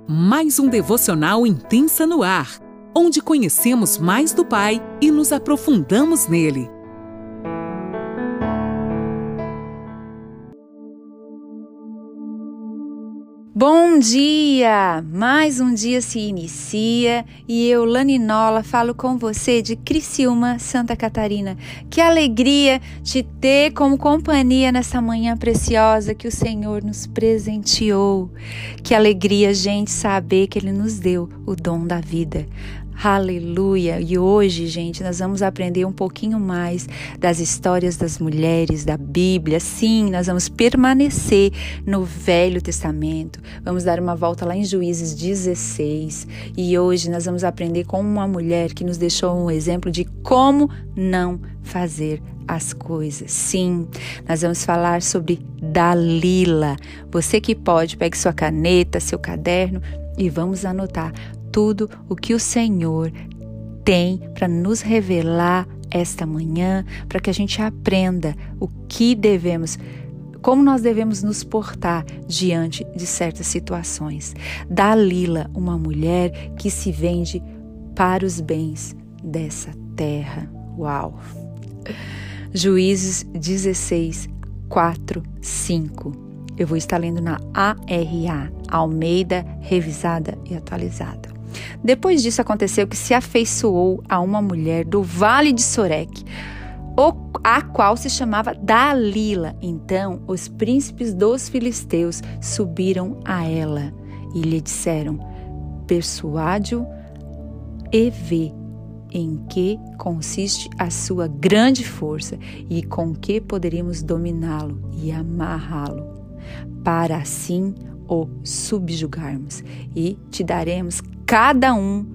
Mais um devocional Intensa no Ar, onde conhecemos mais do Pai e nos aprofundamos nele. Bom dia! Mais um dia se inicia e eu, Lani Nola, falo com você de Criciúma, Santa Catarina. Que alegria te ter como companhia nessa manhã preciosa que o Senhor nos presenteou. Que alegria, gente, saber que Ele nos deu o dom da vida. Aleluia! E hoje, gente, nós vamos aprender um pouquinho mais das histórias das mulheres da Bíblia. Sim, nós vamos permanecer no Velho Testamento. Vamos dar uma volta lá em Juízes 16. E hoje nós vamos aprender com uma mulher que nos deixou um exemplo de como não fazer as coisas. Sim, nós vamos falar sobre Dalila. Você que pode, pegue sua caneta, seu caderno e vamos anotar tudo o que o Senhor tem para nos revelar esta manhã, para que a gente aprenda o que devemos, como nós devemos nos portar diante de certas situações. Dalila, uma mulher que se vende para os bens dessa terra. Uau! Juízes 16, 4, 5. Eu vou estar lendo na ARA, Almeida, revisada e atualizada. Depois disso aconteceu que se afeiçoou a uma mulher do vale de Soreque, a qual se chamava Dalila. Então os príncipes dos filisteus subiram a ela e lhe disseram: persuade-o e vê em que consiste a sua grande força e com que poderíamos dominá-lo e amarrá-lo, para assim o subjugarmos, e te daremos cada um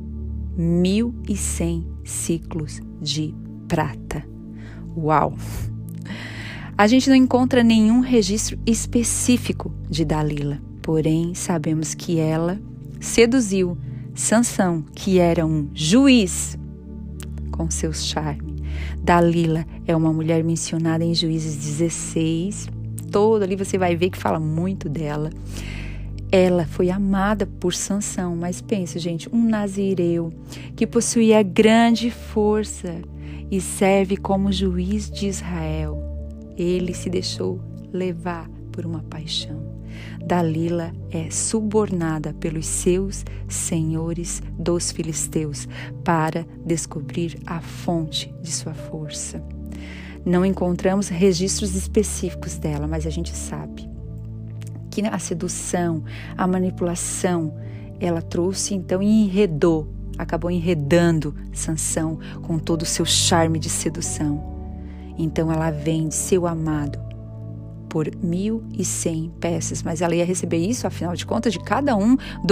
1.100 ciclos de prata. Uau! A gente não encontra nenhum registro específico de Dalila, porém sabemos que ela seduziu Sansão, que era um juiz, com seu charme. Dalila é uma mulher mencionada em Juízes 16, todo ali você vai ver que fala muito dela. Ela foi amada por Sansão, mas pense, gente, um nazireu que possuía grande força e serve como juiz de Israel. Ele se deixou levar por uma paixão. Dalila é subornada pelos seus senhores dos filisteus para descobrir a fonte de sua força. Não encontramos registros específicos dela, mas a gente sabe que a sedução, a manipulação, ela trouxe então e acabou enredando Sansão com todo o seu charme de sedução. Então ela vende seu amado por 1.100 peças, mas ela ia receber isso, afinal de contas, de cada um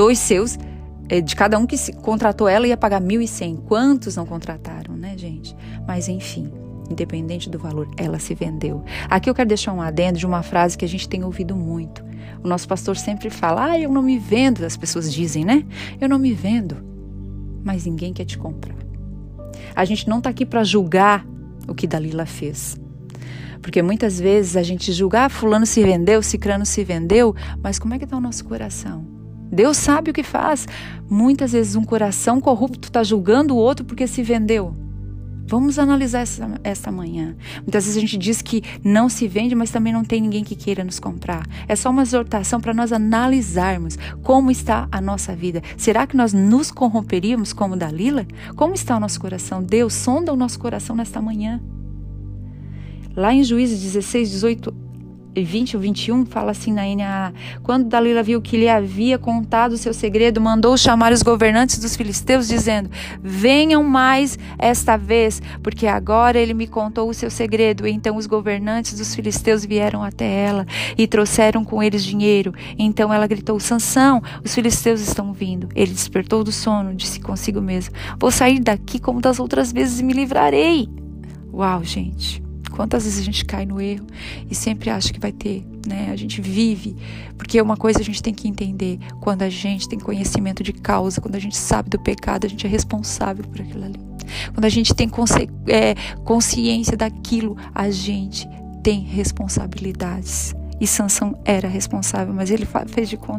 que se contratou ela, ia pagar 1.100. Quantos não contrataram, né, gente? Mas enfim, independente do valor, ela se vendeu. Aqui eu quero deixar um adendo de uma frase que a gente tem ouvido muito. O nosso pastor sempre fala: eu não me vendo. As pessoas dizem, né? Eu não me vendo. Mas ninguém quer te comprar. A gente não está aqui para julgar o que Dalila fez. Porque muitas vezes a gente julga: fulano se vendeu, cicrano se vendeu, mas como é que está o nosso coração? Deus sabe o que faz. Muitas vezes um coração corrupto está julgando o outro porque se vendeu. Vamos analisar essa manhã. Muitas vezes a gente diz que não se vende, mas também não tem ninguém que queira nos comprar. É só uma exortação para nós analisarmos como está a nossa vida. Será que nós nos corromperíamos como Dalila? Como está o nosso coração? Deus, sonda o nosso coração nesta manhã. Lá em Juízes 16, 18 e 20 ou 21, fala assim na NAA: quando Dalila viu que lhe havia contado o seu segredo, mandou chamar os governantes dos filisteus, dizendo: venham mais esta vez, porque agora ele me contou o seu segredo. Então os governantes dos filisteus vieram até ela e trouxeram com eles dinheiro. Então ela gritou: Sansão, os filisteus estão vindo. Ele despertou do sono, disse consigo mesmo: vou sair daqui como das outras vezes e me livrarei. Uau, gente! Quantas vezes a gente cai no erro e sempre acha que vai ter, né? A gente vive, porque uma coisa a gente tem que entender: quando a gente tem conhecimento de causa, quando a gente sabe do pecado, a gente é responsável por aquilo ali. Quando a gente tem consciência daquilo, a gente tem responsabilidades. E Sansão era responsável, mas ele fez de conta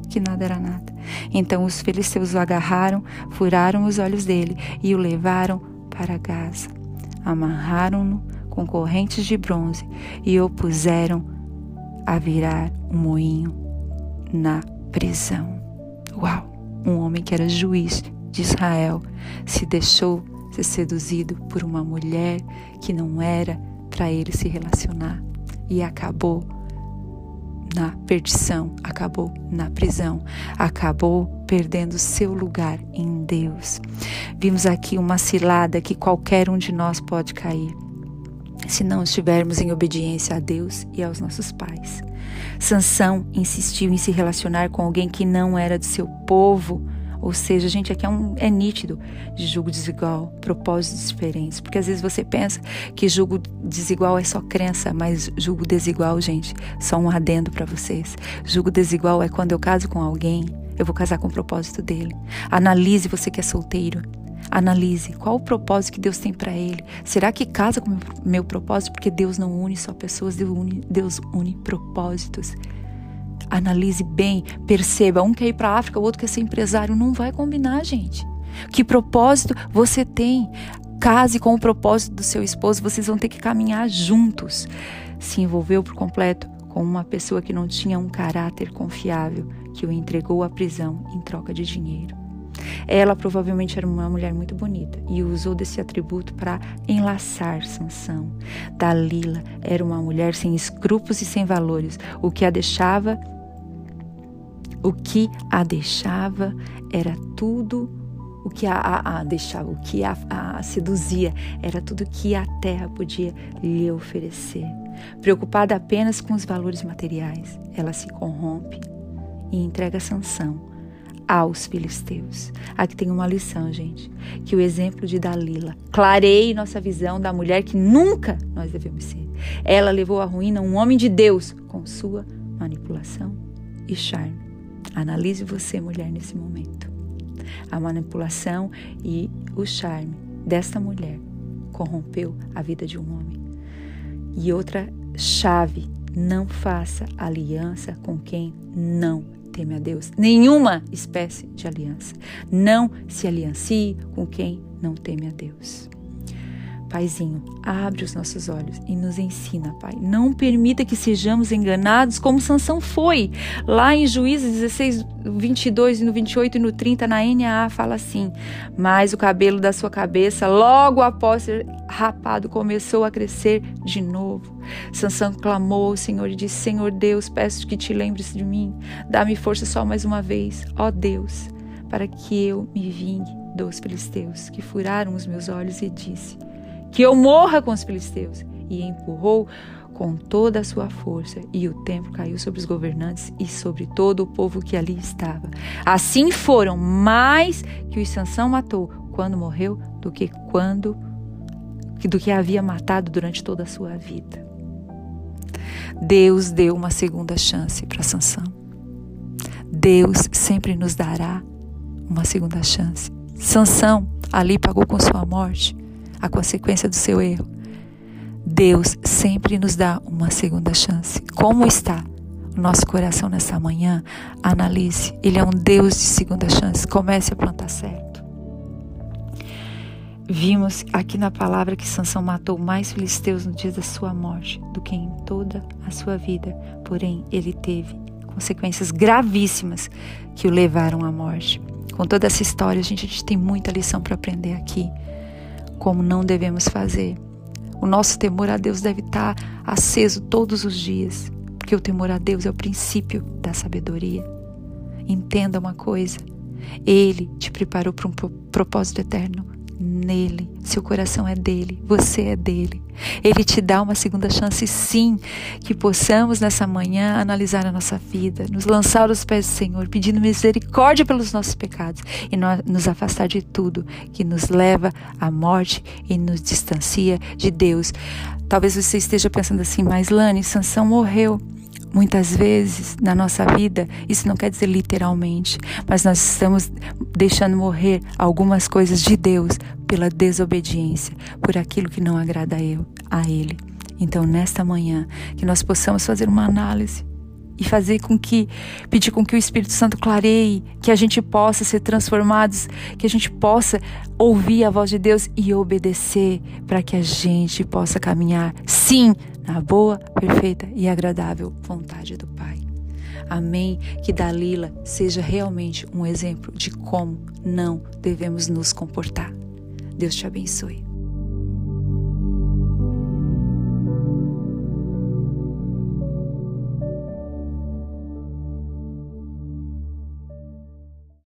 que nada era nada. Então os filisteus o agarraram, furaram os olhos dele e o levaram para Gaza. Amarraram-no com correntes de bronze e o puseram a virar um moinho na prisão. Uau! Um homem que era juiz de Israel se deixou ser seduzido por uma mulher que não era para ele se relacionar e acabou na perdição, acabou na prisão, acabou perdendo seu lugar em Deus. Vimos aqui uma cilada que qualquer um de nós pode cair, se não estivermos em obediência a Deus e aos nossos pais. Sansão insistiu em se relacionar com alguém que não era do seu povo. Ou seja, gente, aqui é nítido de julgo desigual, propósitos diferentes. Porque às vezes você pensa que julgo desigual é só crença, mas julgo desigual, gente, só um adendo para vocês. Julgo desigual é quando eu caso com alguém, eu vou casar com o propósito dele. Analise, você que é solteiro. Analise qual o propósito que Deus tem para ele. Será que casa com o meu propósito? Porque Deus não une só pessoas, Deus une propósitos. Analise bem, perceba, um quer ir para a África, o outro quer ser empresário, não vai combinar, gente. Que propósito você tem? Case com o propósito do seu esposo, vocês vão ter que caminhar juntos. Se envolveu por completo com uma pessoa que não tinha um caráter confiável, que o entregou à prisão em troca de dinheiro. Ela provavelmente era uma mulher muito bonita e usou desse atributo para enlaçar Sansão. Dalila era uma mulher sem escrúpulos e sem valores. O que a deixava era tudo o que a seduzia, era tudo que a terra podia lhe oferecer. Preocupada apenas com os valores materiais, ela se corrompe e entrega Sansão aos filisteus. Aqui tem uma lição, gente, que o exemplo de Dalila clareie nossa visão da mulher que nunca nós devemos ser. Ela levou à ruína um homem de Deus com sua manipulação e charme. Analise você, mulher, nesse momento. A manipulação e o charme desta mulher corrompeu a vida de um homem. E outra chave, não faça aliança com quem não teme a Deus. Nenhuma espécie de aliança. Não se aliancie com quem não teme a Deus. Paizinho, abre os nossos olhos e nos ensina, Pai. Não permita que sejamos enganados como Sansão foi. Lá em Juízes 16, 22, no 28 e no 30, na NAA, fala assim: mas o cabelo da sua cabeça, logo após ser rapado, começou a crescer de novo. Sansão clamou ao Senhor e disse: Senhor Deus, peço que te lembres de mim. Dá-me força só mais uma vez, ó Deus, para que eu me vingue dos filisteus, que furaram os meus olhos, e disse: que eu morra com os filisteus. E empurrou com toda a sua força, e o templo caiu sobre os governantes e sobre todo o povo que ali estava. Assim foram mais que os Sansão matou quando morreu do que havia matado durante toda a sua vida. Deus deu uma segunda chance para Sansão. Deus sempre nos dará uma segunda chance. Sansão ali pagou com sua morte a consequência do seu erro. Deus sempre nos dá uma segunda chance. Como está o nosso coração nessa manhã? Analise. Ele é um Deus de segunda chance. Comece a plantar certo. Vimos aqui na palavra que Sansão matou mais filisteus no dia da sua morte do que em toda a sua vida. Porém, ele teve consequências gravíssimas que o levaram à morte. Com toda essa história, a gente tem muita lição para aprender aqui. Como não devemos fazer. O nosso temor a Deus deve estar aceso todos os dias, porque o temor a Deus é o princípio da sabedoria. Entenda uma coisa: Ele te preparou para um propósito eterno nele. Seu coração é dele, você é dele. Ele te dá uma segunda chance, sim. Que possamos nessa manhã analisar a nossa vida, nos lançar aos pés do Senhor, pedindo misericórdia pelos nossos pecados e nos afastar de tudo que nos leva à morte e nos distancia de Deus. Talvez você esteja pensando assim: mas Lani, Sansão morreu. Muitas vezes na nossa vida, isso não quer dizer literalmente, mas nós estamos deixando morrer algumas coisas de Deus pela desobediência, por aquilo que não agrada a Ele. Então, nesta manhã, que nós possamos fazer uma análise e pedir com que o Espírito Santo clareie, que a gente possa ser transformados, que a gente possa ouvir a voz de Deus e obedecer, para que a gente possa caminhar, sim, na boa, perfeita e agradável vontade do Pai. Amém. Que Dalila seja realmente um exemplo de como não devemos nos comportar. Deus te abençoe.